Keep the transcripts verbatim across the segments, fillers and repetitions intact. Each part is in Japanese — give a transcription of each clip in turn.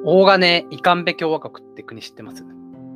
大金イカンベ共和国って国知ってます？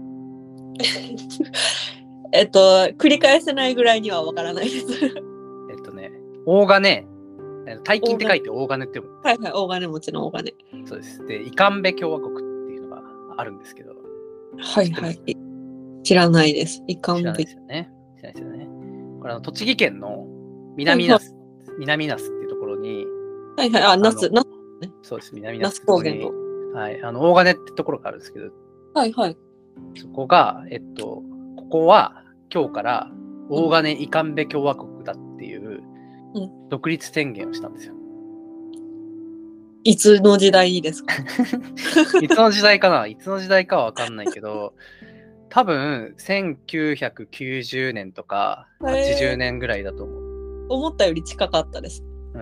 えっと繰り返せないぐらいにはわからないです。 えっとね、大金、大金って書いて大金って読む。 はいはい、大金持ちの大金。 そうです。で、イカンベ共和国っていうのがあるんですけど。 はいはい。知らないです。イカンベ。 知らないですよね。知らないですよね。これあの栃木県の南那須、はいはい、南那須っていうところに。 はいはい、あ、那須、那須ね。そうです、南那須高原と。 はい、あの大金ってところがあるんですけど。 はいはい。 そこが、えっと、ここは今日から大金イカンベ共和国だっていう独立宣言をしたんですよ。 いつの時代ですか？ いつの時代かないつの時代かは分かんないけど、多分せんきゅうひゃくきゅうじゅうねんとかはちじゅうねんぐらいだと思う。 思ったより近かったです。 うん、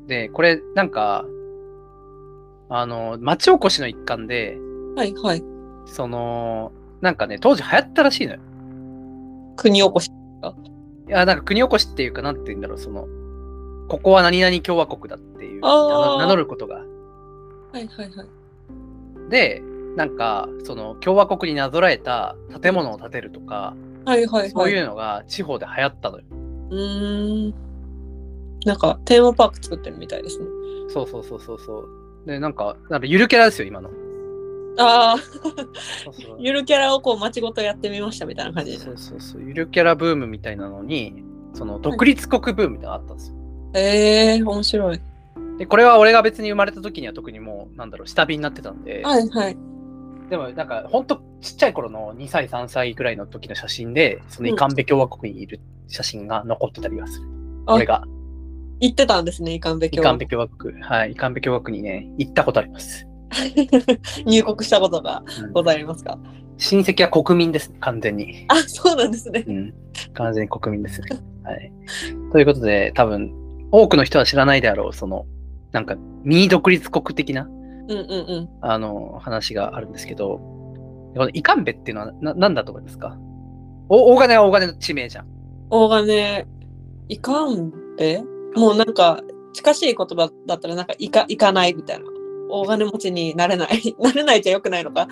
で、これなんか、あの、町おこしの一環で、 はいはい。 その、なんかね、当時流行ったらしいのよ。 国おこしか？ いや、なんか国おこしっていうか、なんて言うんだろう、その、ここは何々共和国だっていう、名乗ることが。 はいはいはい。 で、なんか、その、共和国になぞらえた建物を建てるとか、 はいはいはい。 そういうのが地方で流行ったのよ。 うーん。なんか、テーマパーク作ってるみたいですね。 そうそうそうそうそう。で、なんか、なんかゆるキャラですよ、今の。 ああ、ゆるキャラをこう街ごとやってみましたみたいな感じで。 そうそうそう、ゆるキャラブームみたいなのに、その独立国ブームみたいなのがあったんですよ。 へえー、面白い。 で、これは俺が別に生まれた時には特にもう、なんだろう、下火になってたんで、 はいはい。 でもなんか、ほんとちっちゃい頃のにさい、さんさいぐらいの時の写真で、そのイカンベ共和国にいる写真が残ってたりはする。うん、俺が。 行ってたんですね、イカンベ共和国。 イカンベ共和国。はい、イカンベ共和国にね、行ったことあります。 入国したことがございますか？うん、 親戚は国民ですね、完全に。 あ、そうなんですね。 うん、完全に国民ですね。はい。ということで、多分、多くの人は知らないであろう、その、なんか、ミニ独立国的な、 うんうんうん、 あの、話があるんですけど、このイカンベっていうのはな、なんだと思いますか？お、大金は大金の地名じゃん。 大金、イカンベ？もうなんか、近しい言葉だったら、なんか、いか、いかないみたいな。大金持ちになれない。なれないじゃよくないのか。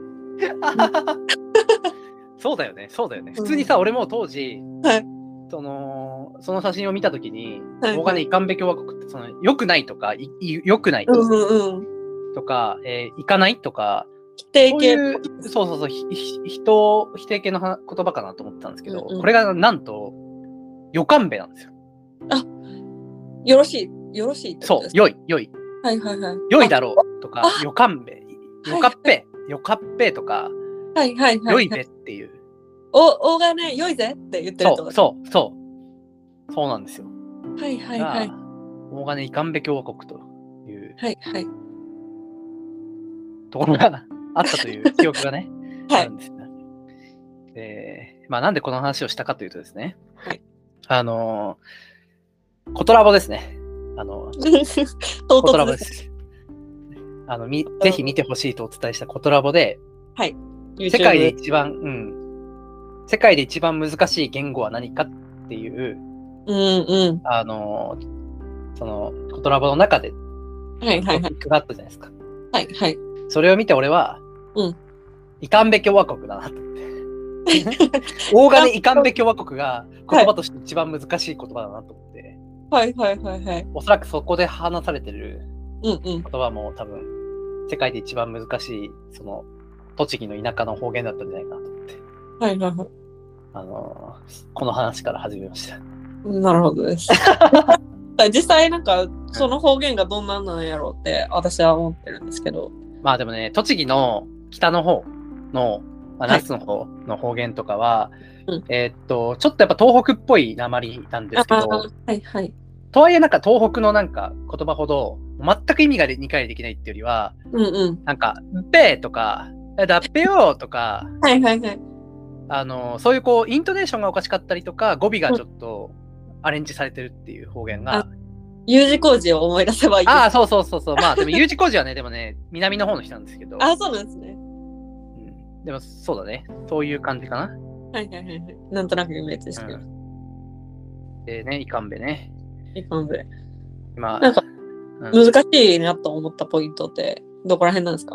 そうだよね、そうだよね。普通にさ、うん、俺も当時、 はい、 その、その写真を見たときに、 はいはい、 大金イカンベ共和国って、その、良くないとか、い良くないとか、うんうん、とか、えー、行かないとか、 否定形、 そういう、そうそうそう、ひ人、否定形の言葉かなと思ってたんですけど、うんうん、これがなんと、よかんべなんですよ。 あ、よろしい、よろしいってことですか？ そう、良い、良い。 はいはいはい。 良いだろうとか、よかんべ、よかっぺ、よかっぺとか、 はいはいはい。 良いべっていう。 お、大金、良いぜって言ってるってこと？ そう、そう、そう。そうなんですよ。 はいはいはい。 大金イカンベ共和国という。 はいはい。 ところがあったという記憶がね、 はい、 あるんですね。で、まあなんでこの話をしたかというとですね、 はい、 あのー、コトラボですね。あのー、コトラボです。あのみぜひ見てほしいとお伝えしたコトラボで、 はい、 世界で一番、うん、世界で一番難しい言語は何かっていう、 うんうん、 あのー、そのコトラボの中で、 はいはいはい、 トピックがあったじゃないですか。 はいはい。 それを見て俺は、 うん、 イカンベ共和国だなと思って。大金イカンベ共和国が言葉として一番難しい言葉だなと思って。 はいはいはいはい。 おそらくそこで話されてる言葉も多分、世界で一番難しい、その、栃木の田舎の方言だったんじゃないかなと思って。 はいはいはい。 あのー、この話から始めました。 なるほどです。実際なんか、その方言がどんなんなんやろうって私は思ってるんですけど。 まあでもね、栃木の北の方の、まあ、那須の方の方言とかは、はい、えー、っと、ちょっとやっぱ東北っぽい訛なんですけど、 はいはい、 とはいえなんか東北のなんか言葉ほど全く意味が理解できないっていうよりは、 うんうん、 なんか、べーとか、だっぺよーとか、 はいはいはい、 あの、そういうこう、イントネーションがおかしかったりとか、語尾がちょっとアレンジされてるっていう方言が、 U 字工事を思い出せばいい。 ああ、そうそうそうそう。まあ、でも U 字工事はね、でもね、南の方の人なんですけど。 あ、そうなんですね。 うん。でも、そうだね。そういう感じかな。 はいはいはいはい。なんとなくイメージしてる。 うん、でね、イカンベね。 イカンベ。 まあ、 なんか、うん、難しいなと思ったポイントって、どこら辺なんですか？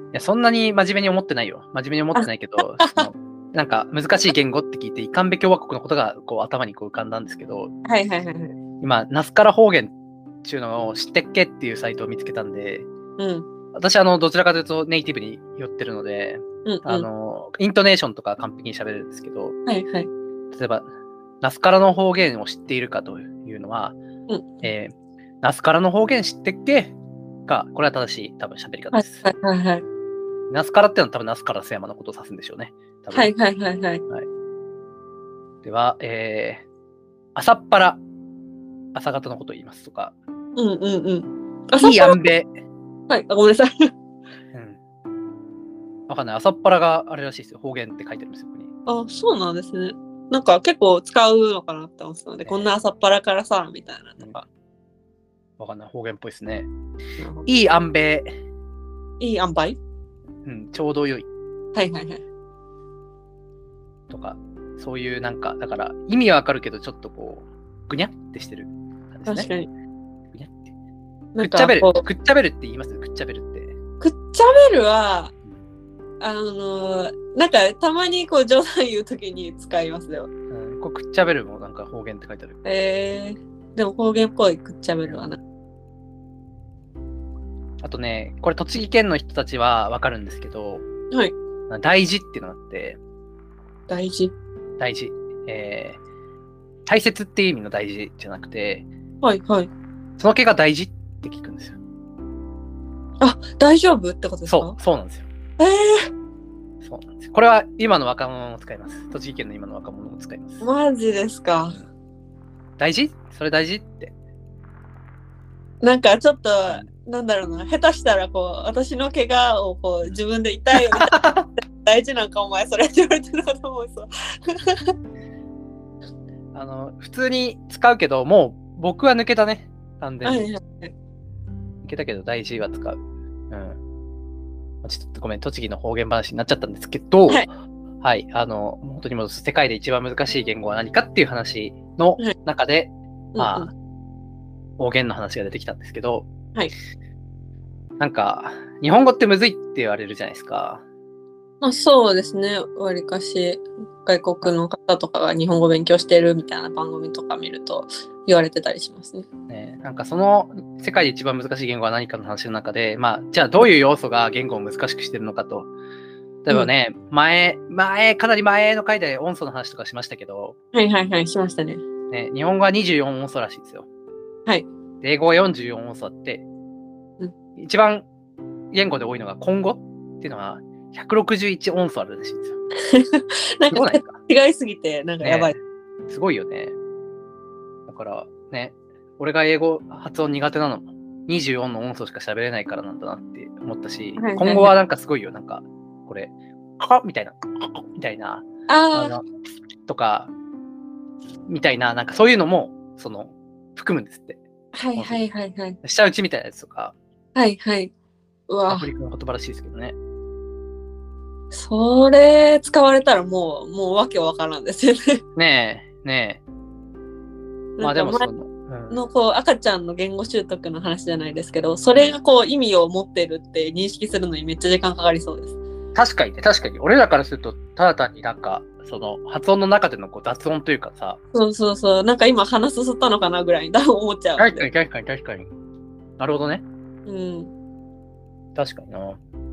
や、そんなに真面目に思ってないよ。真面目に思ってないけど、そのなんか難しい言語って聞いて、イカンベ共和国のことがこう頭にこう浮かんだんですけど、 はいはいはいはい。 今、ナスカラ方言っていうのを知ってっけっていうサイトを見つけたんで、 うん。 私、あの、どちらかというとネイティブに寄ってるので、 うんうん、 あの、イントネーションとか完璧に喋れるんですけど、 はいはい。 例えば、ナスカラの方言を知っているかというのは、 うん、 えー、ナスカラの方言知ってっけが、これは正しい多分喋り方です。 はいはいはいはい。 ナスカラっていうのは多分ナスカラス山のことを指すんでしょうね。多分はいはいはいはい。 はい、では、えー、朝っぱら、朝方のことを言いますとか、 うんうんうん。 いいあんべ。 はい、あ、ごめんなさい。 うん。わかんない。朝っぱらがあれらしいですよ。方言って書いてるんですよ、ここに。 あ、そうなんですね。なんか結構使うのかなって思ってたので、えー、こんな朝っぱらからさ、みたいなとか。 うん、わかんない。方言っぽいですね。いいあんべ。 いい塩梅？ うん、ちょうど良い。 はいはいはい。 とか、そういうなんか、だから意味はわかるけど、ちょっとこう、ぐにゃってしてる感じですね。確かに。ぐにゃって。くっちゃべる。くっちゃべるって言います？くっちゃべるって。 くっちゃべるは、あのー、なんかたまにこう冗談言うときに使いますよ。 うん、こうくっちゃべるもなんか方言って書いてある。 えー、でも方言っぽいくっちゃべるはな。 あとね、これ栃木県の人たちはわかるんですけど、 はい。 大事っていうのがあって、 大事大事。えー、大切っていう意味の大事じゃなくて、 はいはい。 その毛が大事って聞くんですよ。 あ、大丈夫ってことですか？ そう、そうなんですよ。 えー、そうなんですよ。これは今の若者も使います。栃木県の今の若者も使います。 マジですか？ 大事？それ大事って。 なんかちょっと、うん、なんだろうな、下手したらこう私の怪我をこう自分で痛いよみたいな大事なんかお前それって言われてるかと思うさあの普通に使うけどもう僕は抜けたね完全に、はいはい、抜けたけど大事は使う。うん。ちょっとごめん栃木の方言話になっちゃったんですけど、はい、はい、あの本当にもう世界で一番難しい言語は何かっていう話の中で、はい、まあ、うんうん、方言の話が出てきたんですけど、 はい、 なんか日本語ってむずいって言われるじゃないですか。 まあ、そうですね。わりかし外国の方とかが日本語勉強してるみたいな番組とか見ると言われてたりしますね。 ね、なんかその世界で一番難しい言語は何かの話の中で、まあじゃあどういう要素が言語を難しくしてるのかと。例えばね、うん、前前かなり前の回で音素の話とかしましたけど、 はいはいはいしましたね。 ね、日本語はにじゅうよん音素らしいですよ。 はい。 英語はよんじゅうよん音素あって、うん、一番言語で多いのが今後っていうのはひゃくろくじゅういち音素あるらしいんですよ。 なんか違いすぎてなんかやばい、ね。 すごいよね。だからね、俺が英語発音苦手なのもにじゅうよんの音素しか喋れないからなんだなって思ったし、はいはいはい、今後はなんかすごいよ。なんかこれカみたいなみたいなああとかみたいななんかそういうのもその含むんですって。 はいはいはいはい。 下打ちみたいなやつとか。 はいはい。うわ。 アフリカの言葉らしいですけどね。 それ使われたらもうもうわけわからんですよね。 ねえねえ。まあでもその、 うん、のこう赤ちゃんの言語習得の話じゃないですけど、それがこう意味を持ってるって認識するのにめっちゃ時間かかりそうです。 確かにね確かに俺らからするとただ単になんかその発音の中でのこう雑音というかさ。 そうそうそうなんか今鼻すすったのかなぐらいに思っちゃう。 確かに確かに確かに。なるほどね。 うん。 確かにな。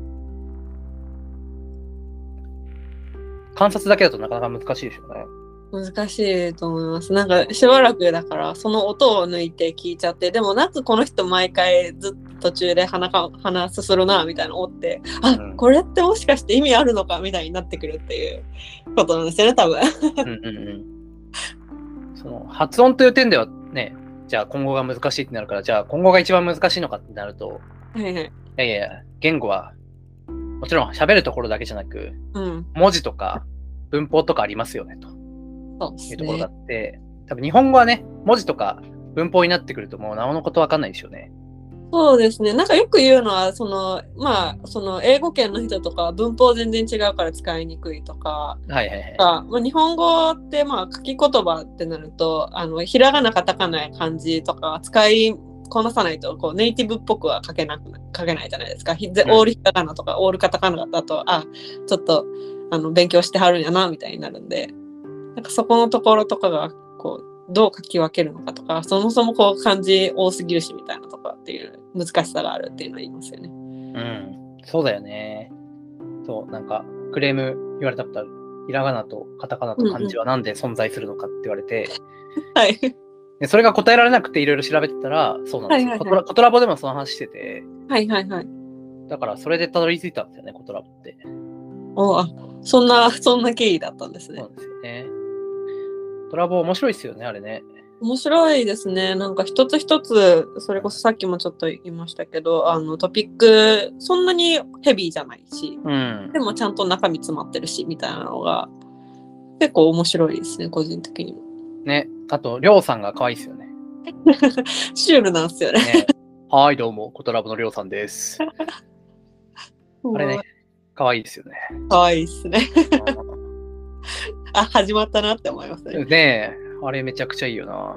観察だけだとなかなか難しいでしょうね。 難しいと思います。なんかしばらくだからその音を抜いて聞いちゃって、でもなんかこの人毎回ずっと途中で鼻か鼻すするなみたいな思って、あ、うん、これってもしかして意味あるのかみたいになってくるっていうことなんですよね多分。うんうんうん。 その発音という点ではね、じゃあ今後が難しいってなるから、じゃあ今後が一番難しいのかってなると、 はいはい、いやいや言語はもちろん喋るところだけじゃなく、うん、文字とか文法とかありますよねと。 そうですね、 いうところがあって、多分日本語はね、文字とか文法になってくるともうなおのことわかんないでしょうね。 そうですね。なんかよく言うのは、そのまあその英語圏の人とか文法全然違うから使いにくいとか、 はいはいはい。 まあ、日本語ってまあ書き言葉ってなると、あのひらがなカタカナ漢字とか使いこなさないとこうネイティブっぽくは書けなく書けないじゃないですか。オんールひらがなとかオールカタカナだとあちょっとあの勉強してはるんやなみたいになるんで、なんかそこのところとかがこうどう書き分けるのかとか、そもそもこう漢字多すぎるしみたいなとかっていう難しさがあるっていうのは言いますよね。 うん、そうだよね。そう、なんかクレーム言われたことある。ひらがなとカタカナと漢字はなんで存在するのかって言われて、 はい。 でそれが答えられなくていろいろ調べてたら、そうなんですよ。 はいはいはいコトラコトラボでもその話してて、 はいはいはい。 だからそれでたどり着いたんですよね、コトラボって。 おあそんなそんな経緯だったんですね。 そうなんですよね。コトラボ面白いですよね、あれね。 面白いですね。なんか一つ一つ、それこそさっきもちょっと言いましたけど、あのトピックそんなにヘビーじゃないし、 うん。 でもちゃんと中身詰まってるしみたいなのが結構面白いですね、個人的にも。 ね、あと、りょうさんが可愛いですよね。 シュールなんですよね。 ねはい、どうも、コトラボのりょうさんです。あれね、可愛いですよね。 可愛いですね。あ、始まったなって思いますね。 ねえ、あれめちゃくちゃいいよな。 うん。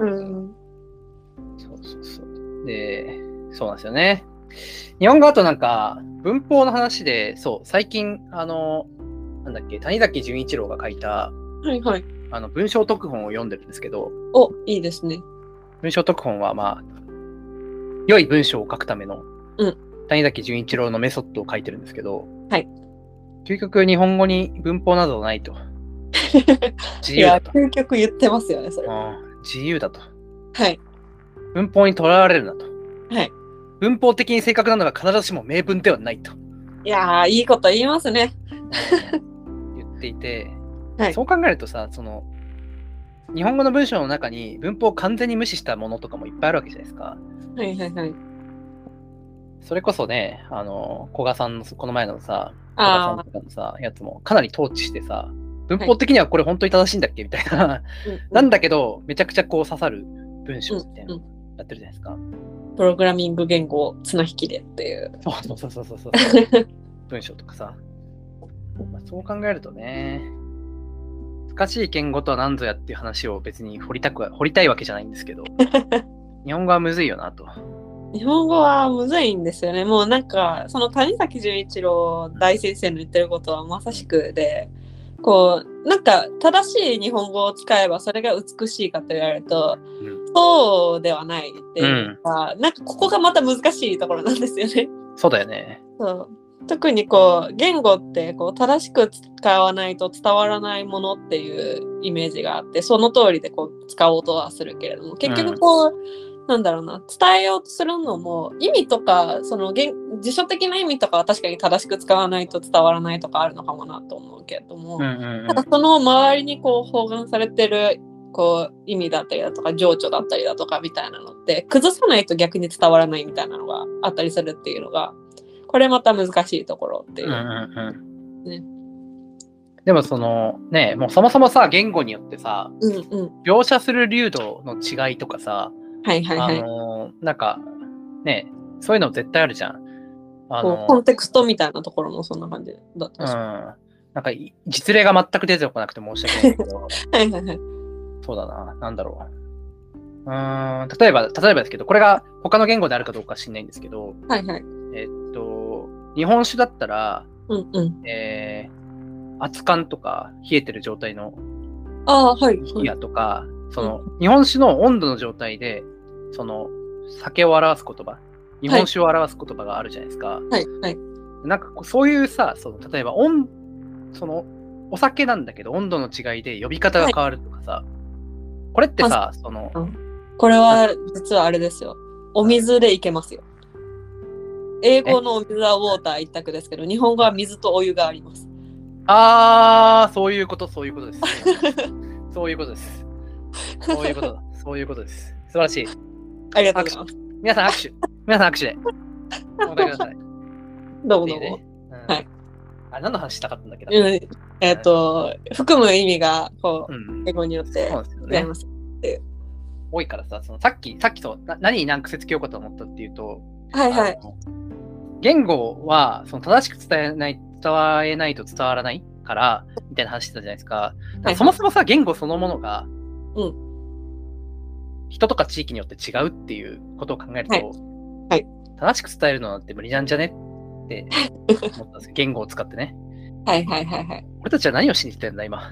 そうそうそう。で、そうなんですよね。日本語だとなんか、文法の話で、そう、最近、あの、なんだっけ、谷崎潤一郎が書いた、 はいはい。 あの文章読本を読んでるんですけど、 お、いいですね。 文章読本は、まあ、良い文章を書くための、 うん、 谷崎潤一郎のメソッドを書いてるんですけど、 はい。 究極日本語に文法などないと。自由だと。 いや、究極言ってますよね、それ。 自由だと。 はい。 文法にとらわれるなと。 はい。 文法的に正確なのが必ずしも明文ではないと。 いやー、いいこと言いますね。 言っていて、 はい、 そう考えるとさ、その、日本語の文章の中に文法を完全に無視したものとかもいっぱいあるわけじゃないですか。 はいはいはい。 それこそね、あの、古賀さんのこの前のさ、古賀さんとかのさ、やつもかなり統治してさ、文法的にはこれ本当に正しいんだっけみたいな、はい、なんだけど、めちゃくちゃこう刺さる文章みたいなのやってるじゃないですか。 プログラミング言語綱引きでっていう。 そうそうそうそうそう。文章とかさ。まあ、そう考えるとね、難しい言語とは何ぞやっていう話を別に掘りたくは掘りたいわけじゃないんですけど、日本語はむずいよなと。 日本語はむずいんですよね。もうなんかその谷崎潤一郎大先生の言ってることはまさしくで、こうなんか正しい日本語を使えばそれが美しいかと言われると、うん、そうではないっていうか、うん、なんかここがまた難しいところなんですよね。 そうだよね。 そう特にこう言語ってこう正しく使わないと伝わらないものっていうイメージがあって、その通りでこう使おうとはするけれども、結局こう、うん、なんだろうな、伝えようとするのも意味とかその辞書的な意味とかは確かに正しく使わないと伝わらないとかあるのかもなと思うけれども、うんうんうん、ただその周りにこう包含されてるこう意味だったりだとか情緒だったりだとかみたいなのって崩さないと逆に伝わらないみたいなのがあったりするっていうのが、これまた難しいところっていう。うんうんうんね、 でもそのね、もうそもそもさ、言語によってさ、 うんうん、 描写する流度の違いとかさ、 はいはいはい、 あのなんかね、そういうの絶対あるじゃん。 あのコンテクストみたいなところもそんな感じだったし、うん、 なんか実例が全く出てこなくて申し訳ないけど、 はいはいはい、 そうだな、なんだろう。うーん、例えば、例えばですけど、これが他の言語であるかどうか知んないんですけど、 はいはい、 えっと、日本酒だったら、 うんうん、 えー、熱燗とか冷えてる状態のあ、はい、 冷やとか、その、うん、日本酒の温度の状態で、その、酒を表す言葉、日本酒を表す言葉があるじゃないですか。 はい、はい。 なんかそういうさ、その例えば温、その、お酒なんだけど温度の違いで呼び方が変わるとかさ、はい、これってさ、その、 うん、これは実はあれですよ。お水でいけますよ。英語のお水はウォーター一択ですけど、日本語は水とお湯があります。 あー、そういうこと、そういうことです。そういうことです。そういうことだ。そういうことです。素晴らしい。 ありがとうございます。 皆さん拍手。皆さん拍手で。お答えください。 どうもどうも。ね、うん、はい。 あ、何の話したかったんだっけど、 うん、えっと、含む意味が、こう、うん、英語によって違いますっていう。 多いからさ、そのさっき、さっきとな何に何癖つけようかと思ったっていうと、 はいはい。 言語はその正しく伝えない、伝えないと伝わらないから、みたいな話してたじゃないですか。だからそもそもさ、言語そのものが、 うん、 人とか地域によって違うっていうことを考えると、 はいはい、 正しく伝えるのなんて無理なんじゃねって思ったんですよ。言語を使ってね。 はいはいはいはい。 俺たちは何を信じてるんだ今。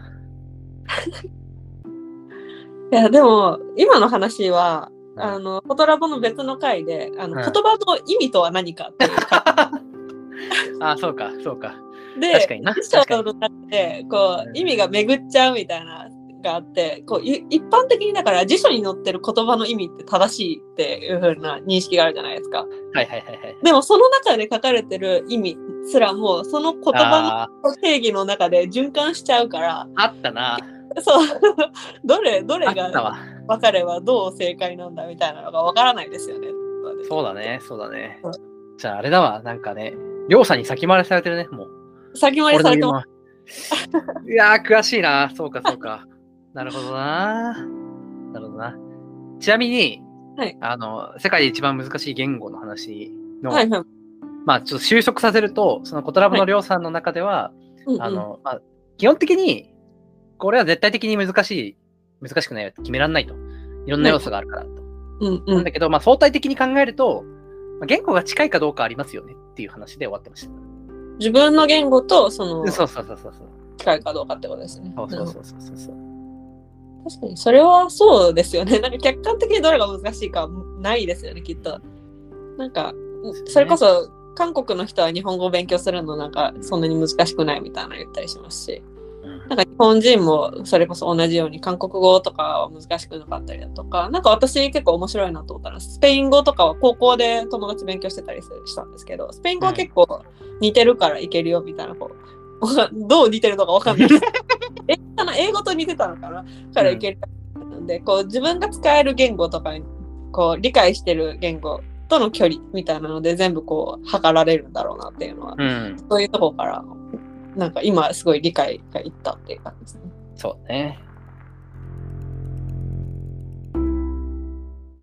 いやでも今の話は、うん、あのフォトラボの別の回であの、うん、言葉の意味とは何かっていうあ、そうかそうか。 で、 確かにな。 辞書の中でこう意味が巡っちゃうみたいながあって、こう一般的にだから辞書に載ってる言葉の意味って正しいっていう風な認識があるじゃないですか。 はいはいはいはい。 でもその中で書かれてる意味すらもその言葉の定義の中で循環しちゃうから。 あったな。 そうどれどれが分かればどう正解なんだみたいなのが分からないですよね。 そうだねそうだね。うん、じゃああれだわ、なんかね、りょうさんに先回りされてるね、もう。 先回りされてます。 いやー、詳しいな。そうか、そうか。なるほどな。なるほどな。ちなみに、 はい、 あの、世界で一番難しい言語の話の、 はいはい、 まあ、ちょっと収束させると、そのコトラボのりょうさんの中では、はい、あの、まあ、基本的に、これは絶対的に難しい、難しくないよって決めらんないと。いろんな要素があるからと。 うんうん、 なんだけど、まあ、相対的に考えると、まあ、言語が近いかどうかありますよねっていう話で終わってました。 自分の言語とそのそうそうそうそう近いかどうかってことですね。 そうそうそうそうそうそう。 確かにそれはそうですよね。なんか客観的にどれが難しいかないですよね、きっと。なんかそれこそ韓国の人は日本語を勉強するのなんかそんなに難しくないみたいな言ったりしますし、なんか日本人もそれこそ同じように韓国語とかは難しくなかったりだとか、なんか私結構面白いなと思ったらスペイン語とかは高校で友達勉強してたりしたんですけど、スペイン語は結構似てるからいけるよみたいな、こうどう似てるのか分かんないえ英語と似てたのかなからいけるので、こう自分が使える言語とかにこう理解してる言語との距離みたいなので全部こう測られるんだろうなっていうのは、うん、そういうところからなんか今すごい理解がいったっていう感じですね。 そうね。